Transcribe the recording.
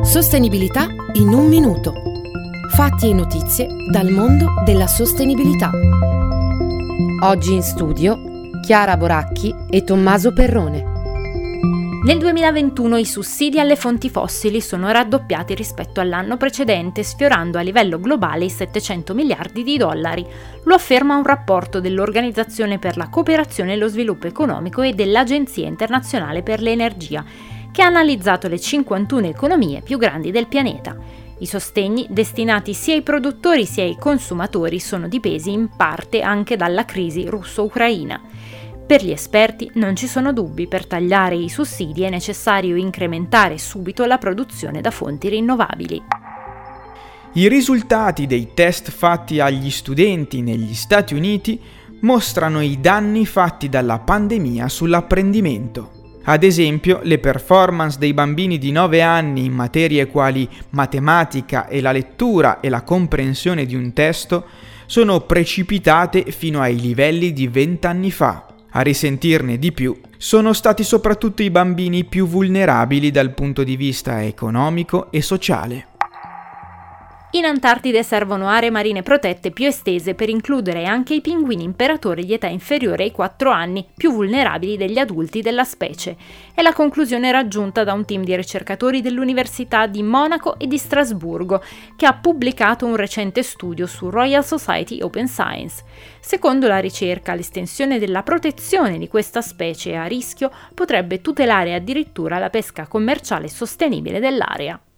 Sostenibilità in un minuto. Fatti e notizie dal mondo della sostenibilità. Oggi in studio Chiara Boracchi e Tommaso Perrone. Nel 2021 i sussidi alle fonti fossili sono raddoppiati rispetto all'anno precedente, sfiorando a livello globale i 700 miliardi di dollari. Lo afferma un rapporto dell'Organizzazione per la cooperazione e lo sviluppo economico e dell'Agenzia internazionale per l'energia, che ha analizzato le 51 economie più grandi del pianeta. I sostegni destinati sia ai produttori sia ai consumatori sono dipesi in parte anche dalla crisi russo-ucraina. Per gli esperti non ci sono dubbi: per tagliare i sussidi è necessario incrementare subito la produzione da fonti rinnovabili. I risultati dei test fatti agli studenti negli Stati Uniti mostrano i danni fatti dalla pandemia sull'apprendimento. Ad esempio, le performance dei bambini di 9 anni in materie quali matematica e la lettura e la comprensione di un testo sono precipitate fino ai livelli di 20 anni fa. A risentirne di più sono stati soprattutto i bambini più vulnerabili dal punto di vista economico e sociale. In Antartide servono aree marine protette più estese per includere anche i pinguini imperatori di età inferiore ai 4 anni, più vulnerabili degli adulti della specie. È la conclusione raggiunta da un team di ricercatori dell'Università di Monaco e di Strasburgo, che ha pubblicato un recente studio su Royal Society Open Science. Secondo la ricerca, l'estensione della protezione di questa specie a rischio potrebbe tutelare addirittura la pesca commerciale sostenibile dell'area.